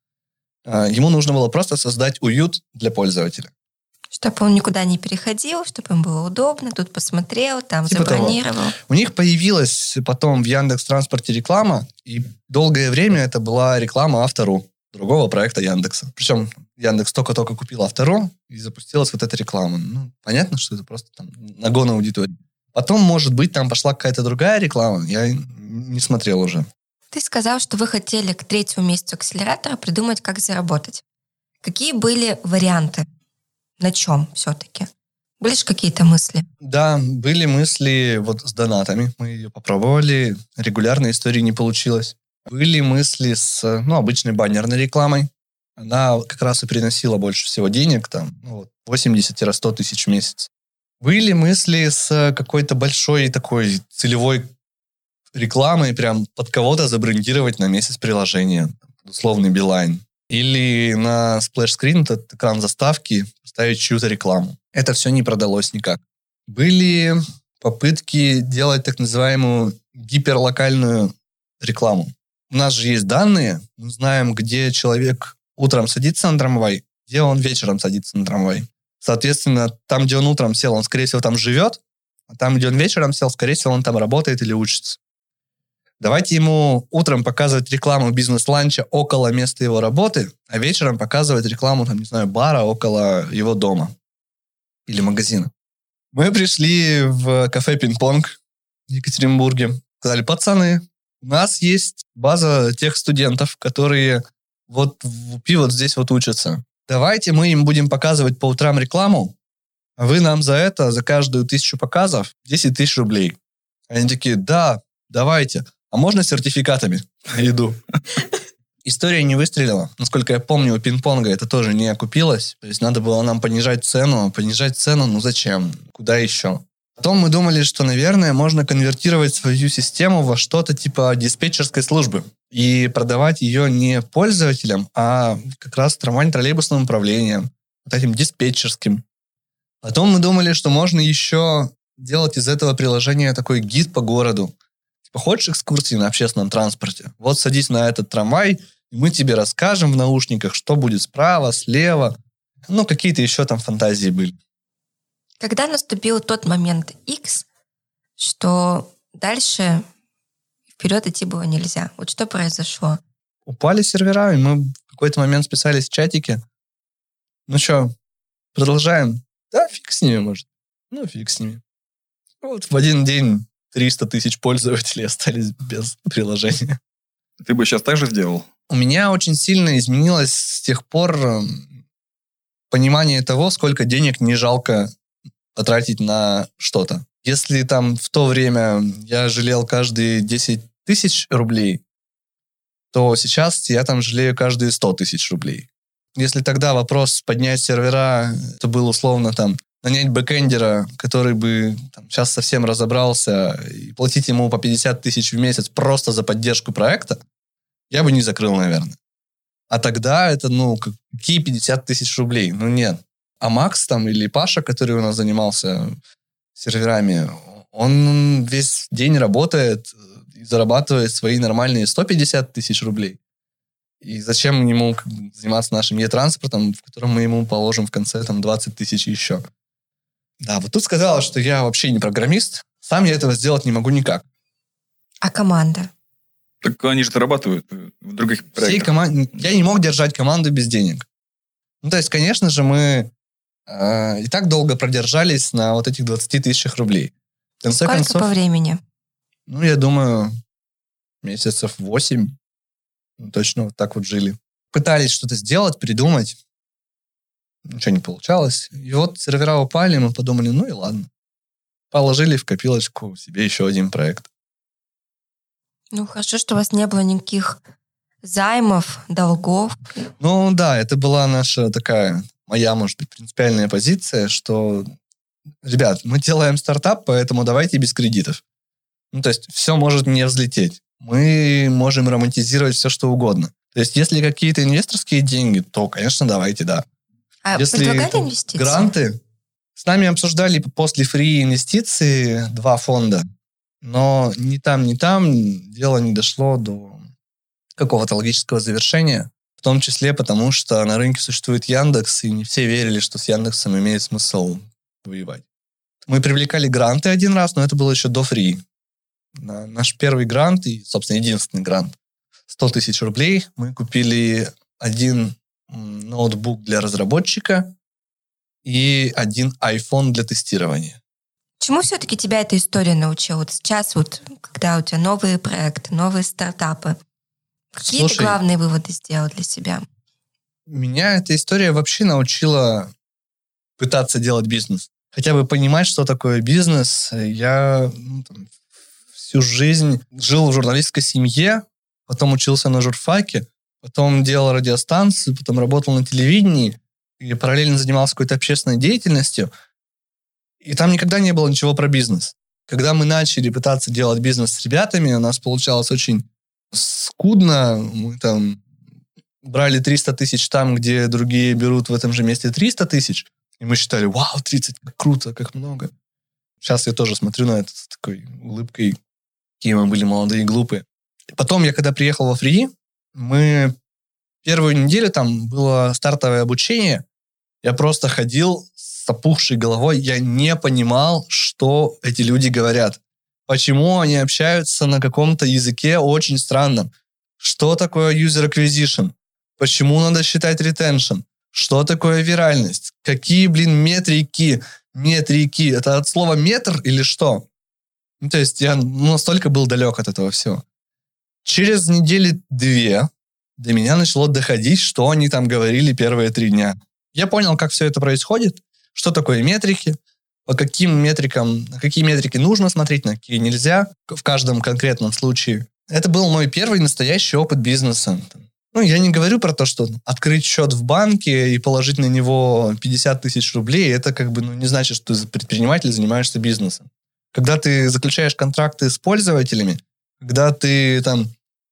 Ему нужно было просто создать уют для пользователя. Чтобы он никуда не переходил, чтобы им было удобно, тут посмотрел, там типа забронировал. Того. У них появилась потом в Яндекс.Транспорте реклама, и долгое время это была реклама Авто.ру, другого проекта Яндекса. Причем Яндекс только-только купил Авто.ру, и запустилась вот эта реклама. Ну, понятно, что это просто там нагон аудитории. Потом, может быть, там пошла какая-то другая реклама, я не смотрел уже. Ты сказал, что вы хотели к третьему месяцу акселератора придумать, как заработать. Какие были варианты? На чем все-таки? Были же какие-то мысли? Да, были мысли вот с донатами. Мы ее попробовали, регулярной истории не получилось. Были мысли с, ну, обычной баннерной рекламой. Она как раз и приносила больше всего денег, там, ну, вот, восемьдесят-сто тысяч в месяц. Были мысли с какой-то большой такой целевой рекламой, прям под кого-то забрендировать на месяц приложение, условный Билайн. Или на сплэш-скрин, этот экран заставки, ставить чью-то рекламу. Это все не продалось никак. Были попытки делать так называемую гиперлокальную рекламу. У нас же есть данные, мы знаем, где человек утром садится на трамвай, где он вечером садится на трамвай. Соответственно, там, где он утром сел, он, скорее всего, там живет, а там, где он вечером сел, скорее всего, он там работает или учится. Давайте ему утром показывать рекламу бизнес-ланча около места его работы, а вечером показывать рекламу, там, не знаю, бара около его дома или магазина. Мы пришли в кафе «Пинг-понг» в Екатеринбурге. Сказали: пацаны, у нас есть база тех студентов, которые вот в УПИ вот здесь вот учатся. Давайте мы им будем показывать по утрам рекламу, а вы нам за это, за каждую тысячу показов, десять тысяч рублей. Они такие: да, давайте. А можно с сертификатами на еду? История не выстрелила. Насколько я помню, у пинг-понга это тоже не окупилось. То есть надо было нам понижать цену. Понижать цену, ну зачем? Куда еще? Потом мы думали, что, наверное, можно конвертировать свою систему во что-то типа диспетчерской службы и продавать ее не пользователям, а как раз трамвайно-троллейбусным управлением, вот этим диспетчерским. Потом мы думали, что можно еще делать из этого приложения такой гид по городу. Типа, хочешь экскурсии на общественном транспорте? Вот садись на этот трамвай, и мы тебе расскажем в наушниках, что будет справа, слева. Ну, какие-то еще там фантазии были. Когда наступил тот момент X, что дальше вперед идти было нельзя? Вот что произошло? Упали сервера, и мы в какой-то момент списались в чатике. Ну что, продолжаем? Да, фиг с ними, может. Ну, фиг с ними. Вот в один день триста тысяч пользователей остались без приложения. Ты бы сейчас так же сделал? У меня очень сильно изменилось с тех пор понимание того, сколько денег не жалко потратить на что-то. Если там в то время я жалел каждые десять тысяч рублей, то сейчас я там жалею каждые сто тысяч рублей. Если тогда вопрос поднять сервера, это был условно там нанять бэкэндера, который бы там, сейчас совсем разобрался, и платить ему по пятьдесят тысяч в месяц просто за поддержку проекта, я бы не закрыл, наверное. А тогда это, ну, какие пятьдесят тысяч рублей? Ну, нет. А Макс там или Паша, который у нас занимался серверами, он весь день работает и зарабатывает свои нормальные сто пятьдесят тысяч рублей. И зачем ему заниматься нашим e-транспортом, в котором мы ему положим в конце там двадцать тысяч еще? Да, вот тут сказала, что я вообще не программист. Сам я этого сделать не могу никак. А команда? Так они же зарабатывают в других проектах. Всей команд... Я не мог держать команду без денег. Ну, то есть, конечно же, мы э, и так долго продержались на вот этих двадцати тысячах рублей. В конце Сколько концов, по времени? Ну, я думаю, месяцев восемь. Ну, точно вот так вот жили. Пытались что-то сделать, придумать. Ничего не получалось. И вот сервера упали, мы подумали, ну и ладно. Положили в копилочку себе еще один проект. Ну, хорошо, что у вас не было никаких займов, долгов. Ну да, это была наша такая, моя, может быть, принципиальная позиция, что, ребят, мы делаем стартап, поэтому давайте без кредитов. Ну, то есть все может не взлететь. Мы можем романтизировать все, что угодно. То есть, если какие-то инвесторские деньги, то, конечно, давайте, да. А Если предлагали там инвестиции? гранты, с нами обсуждали после фри инвестиции два фонда, но ни там, ни там дело не дошло до какого-то логического завершения, в том числе потому, что на рынке существует Яндекс, и не все верили, что с Яндексом имеет смысл воевать. Мы привлекали гранты один раз, но это было еще до фри. На наш первый грант, и, собственно, единственный грант, сто тысяч рублей, мы купили один ноутбук для разработчика и один iPhone для тестирования. Чему все-таки тебя эта история научила? Вот сейчас, вот, когда у тебя новые проекты, новые стартапы, какие Слушай, ты главные выводы сделал для себя? меня эта история вообще научила пытаться делать бизнес. Хотя бы понимать, что такое бизнес. Я ну, там, всю жизнь жил в журналистской семье, потом учился на журфаке, потом делал радиостанцию, потом работал на телевидении и параллельно занимался какой-то общественной деятельностью. И там никогда не было ничего про бизнес. Когда мы начали пытаться делать бизнес с ребятами, у нас получалось очень скудно. Мы там брали триста тысяч там, где другие берут в этом же месте триста тысяч. И мы считали, вау, тридцать, как круто, как много. Сейчас я тоже смотрю на это с такой улыбкой, какие мы были молодые и глупые. Потом я, когда приехал во фри, мы первую неделю, там было стартовое обучение, я просто ходил с опухшей головой, я не понимал, что эти люди говорят. Почему они общаются на каком-то языке очень странном. Что такое user acquisition? Почему надо считать retention? Что такое виральность? Какие, блин, метрики? Метрики. Это от слова метр или что? Ну, то есть я настолько был далек от этого всего. Через недели две до меня начало доходить, что они там говорили первые три дня. Я понял, как все это происходит, что такое метрики, по каким метрикам, на какие метрики нужно смотреть, на какие нельзя в каждом конкретном случае. Это был мой первый настоящий опыт бизнеса. Ну, я не говорю про то, что открыть счет в банке и положить на него пятьдесят тысяч рублей, это как бы ну, не значит, что ты предприниматель, занимаешься бизнесом. Когда ты заключаешь контракты с пользователями, когда ты там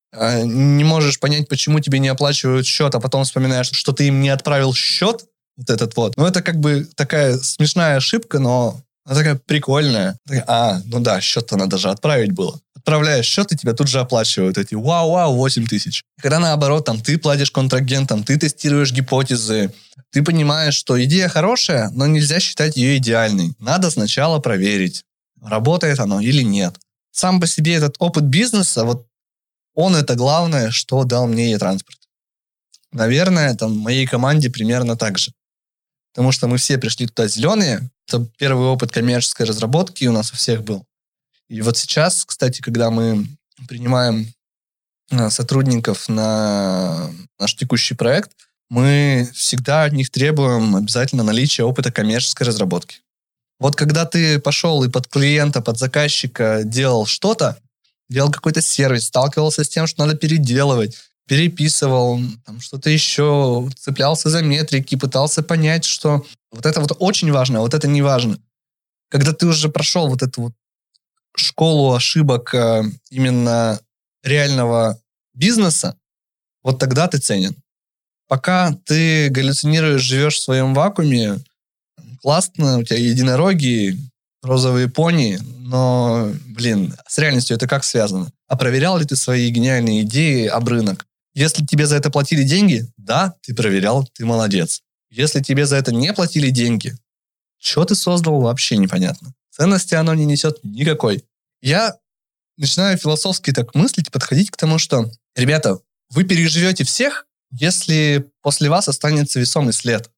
не можешь понять, почему тебе не оплачивают счет, а потом вспоминаешь, что ты им не отправил счет, вот этот вот. Ну, это как бы такая смешная ошибка, но она такая прикольная. А, ну да, счет-то надо же отправить было. Отправляешь счет, и тебя тут же оплачивают эти вау-вау, восемь тысяч. Когда наоборот, там, ты платишь контрагентам, ты тестируешь гипотезы, ты понимаешь, что идея хорошая, но нельзя считать ее идеальной. Надо сначала проверить, работает оно или нет. Сам по себе этот опыт бизнеса, вот он это главное, что дал мне e-транспорт. Наверное, там моей команде примерно так же. Потому что мы все пришли туда зеленые. Это первый опыт коммерческой разработки у нас у всех был. И вот сейчас, кстати, когда мы принимаем сотрудников на наш текущий проект, мы всегда от них требуем обязательно наличия опыта коммерческой разработки. Вот когда ты пошел и под клиента, под заказчика делал что-то, делал какой-то сервис, сталкивался с тем, что надо переделывать, переписывал, там, что-то еще, цеплялся за метрики, пытался понять, что вот это вот очень важно, а вот это не важно. Когда ты уже прошел вот эту вот школу ошибок э, именно реального бизнеса, вот тогда ты ценен. Пока ты галлюцинируешь, живешь в своем вакууме, классно, у тебя единороги, розовые пони, но, блин, с реальностью это как связано? А проверял ли ты свои гениальные идеи об рынок? Если тебе за это платили деньги, да, ты проверял, ты молодец. Если тебе за это не платили деньги, что ты создал, вообще непонятно. Ценности оно не несет никакой. Я начинаю философски так мыслить, подходить к тому, что, ребята, вы переживете всех, если после вас останется весомый след.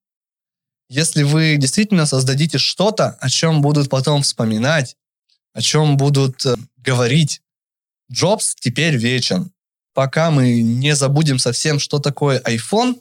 Если вы действительно создадите что-то, о чем будут потом вспоминать, о чем будут э, говорить. Джобс теперь вечен. Пока мы не забудем совсем, что такое iPhone,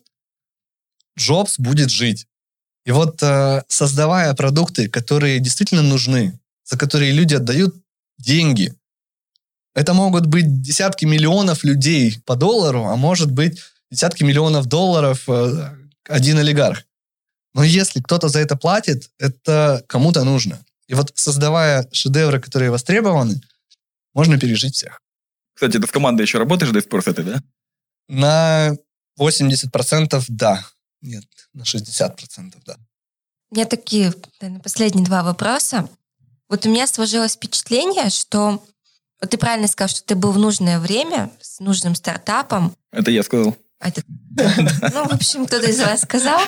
Джобс будет жить. И вот э, создавая продукты, которые действительно нужны, за которые люди отдают деньги, это могут быть десятки миллионов людей по доллару, а может быть десятки миллионов долларов э, один олигарх. Но если кто-то за это платит, это кому-то нужно. И вот создавая шедевры, которые востребованы, можно пережить всех. Кстати, ты в команде еще работаешь до сих пор с этой, да? На восемьдесят процентов да. Нет, на шестьдесят процентов да. У меня такие, наверное, последние два вопроса. Вот у меня сложилось впечатление, что... Вот ты правильно сказал, что ты был в нужное время с нужным стартапом. Это я сказал. Это... Ну, в общем, кто-то из вас сказал.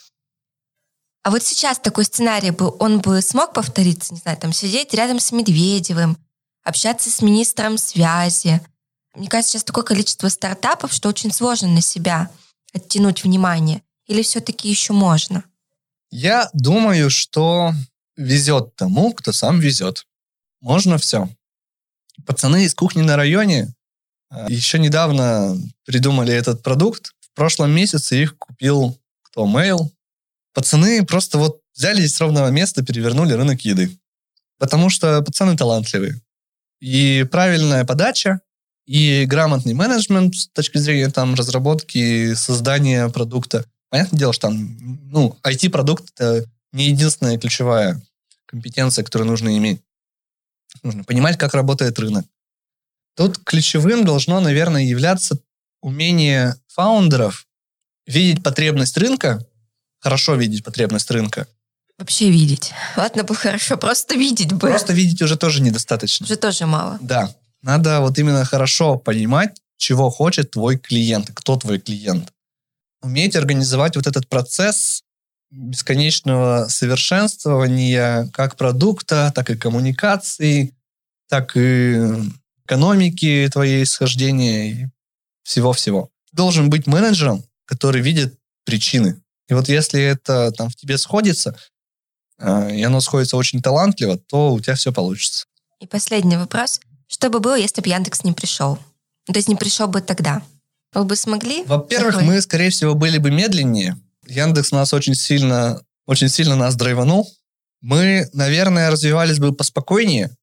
А вот сейчас такой сценарий был, он бы смог повториться, не знаю, там, сидеть рядом с Медведевым, общаться с министром связи. Мне кажется, сейчас такое количество стартапов, что очень сложно на себя оттянуть внимание. Или все-таки еще можно? Я думаю, что везет тому, кто сам везет. Можно все. Пацаны из кухни на районе еще недавно придумали этот продукт. В прошлом месяце их купил кто? Mail. Пацаны просто вот взяли из ровного места, перевернули рынок еды. Потому что пацаны талантливые. И правильная подача, и грамотный менеджмент с точки зрения там, разработки, создания продукта. Понятное дело, что там, ну, ай ти-продукт — это не единственная ключевая компетенция, которую нужно иметь. Нужно понимать, как работает рынок. Тут ключевым должно, наверное, являться умение фаундеров видеть потребность рынка, хорошо видеть потребность рынка. Вообще видеть. Ладно бы хорошо, просто видеть бы. Просто видеть уже тоже недостаточно. Уже тоже мало. Да. Надо вот именно хорошо понимать, чего хочет твой клиент, кто твой клиент. Уметь организовать вот этот процесс бесконечного совершенствования как продукта, так и коммуникаций, так и экономики твоей схождения и всего-всего. Ты должен быть менеджером, который видит причины. И вот если это там в тебе сходится, и оно сходится очень талантливо, то у тебя все получится. И последний вопрос. Что бы было, если бы Яндекс не пришел? То есть не пришел бы тогда? Вы бы смогли? Во-первых, такой? мы, скорее всего, были бы медленнее. Яндекс нас очень сильно, очень сильно нас драйванул. Мы, наверное, развивались бы поспокойнее,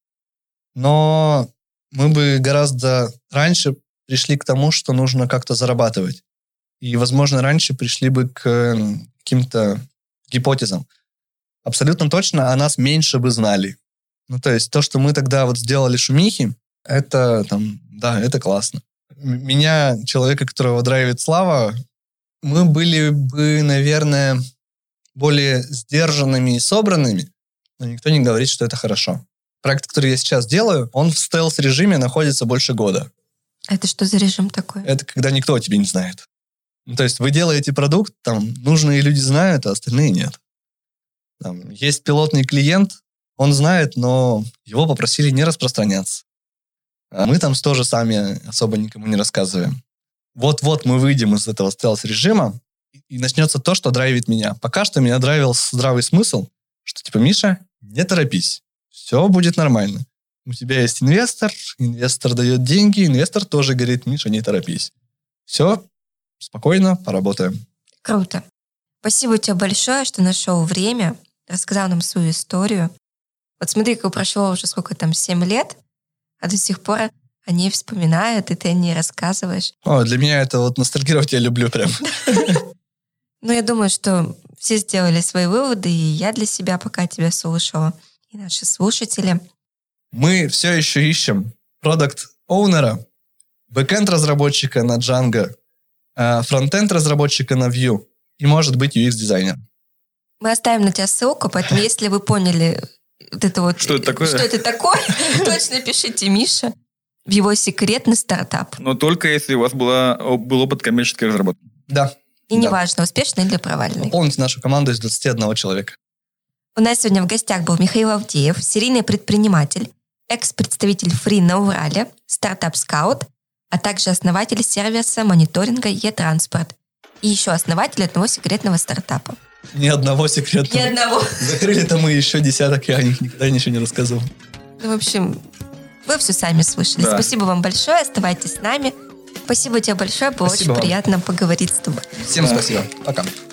но мы бы гораздо раньше пришли к тому, что нужно как-то зарабатывать. И, возможно, раньше пришли бы к каким-то гипотезам. Абсолютно точно о нас меньше бы знали. Ну, то есть то, что мы тогда вот сделали шумихи, это там, да, это классно. Меня, человека, которого драйвит слава, мы были бы, наверное, более сдержанными и собранными, но никто не говорит, что это хорошо. Проект, который я сейчас делаю, он в стелс-режиме находится больше года. Это что за режим такой? Это когда никто о тебе не знает. Ну, то есть вы делаете продукт, там нужные люди знают, а остальные нет. Там есть пилотный клиент, он знает, но его попросили не распространяться. А мы там тоже сами особо никому не рассказываем. Вот-вот мы выйдем из этого стелс-режима, и начнется то, что драйвит меня. Пока что меня драйвил здравый смысл, что типа, Миша, не торопись, все будет нормально. У тебя есть инвестор, инвестор дает деньги, инвестор тоже говорит, Миша, не торопись. Все, спокойно, поработаем. Круто. Спасибо тебе большое, что нашел время, рассказал нам свою историю. Вот смотри, как прошло уже сколько там, семь лет, а до сих пор о ней вспоминают, и ты о ней рассказываешь. О, для меня это вот ностальгировать я люблю прям. Ну, я думаю, что все сделали свои выводы, и я для себя пока тебя слушала, и наши слушатели. Мы все еще ищем продакт-оунера, бэкэнд-разработчика на Django, фронтенд-разработчика на Vue и, может быть, ю экс-дизайнер. Мы оставим на тебя ссылку, поэтому если вы поняли вот это вот... Что это такое? Что это такое, точно пишите Мише в его секретный стартап. Но только если у вас была, был опыт коммерческой разработки. Да. И да. неважно, успешный или провальный. Пополните нашу команду из двадцати одного человека. У нас сегодня в гостях был Михаил Авдеев, серийный предприниматель, экс-представитель Free на Урале, стартап-скаут, а также основатель сервиса мониторинга e-транспорт и еще основатель одного секретного стартапа. Ни одного секретного. Ни одного. Закрыли-то мы еще десяток, я о них никогда ничего не рассказывал. Ну, в общем, вы все сами слышали. Да. Спасибо вам большое, оставайтесь с нами. Спасибо тебе большое, было Спасибо очень вам. приятно поговорить с тобой. Всем спасибо. Пока.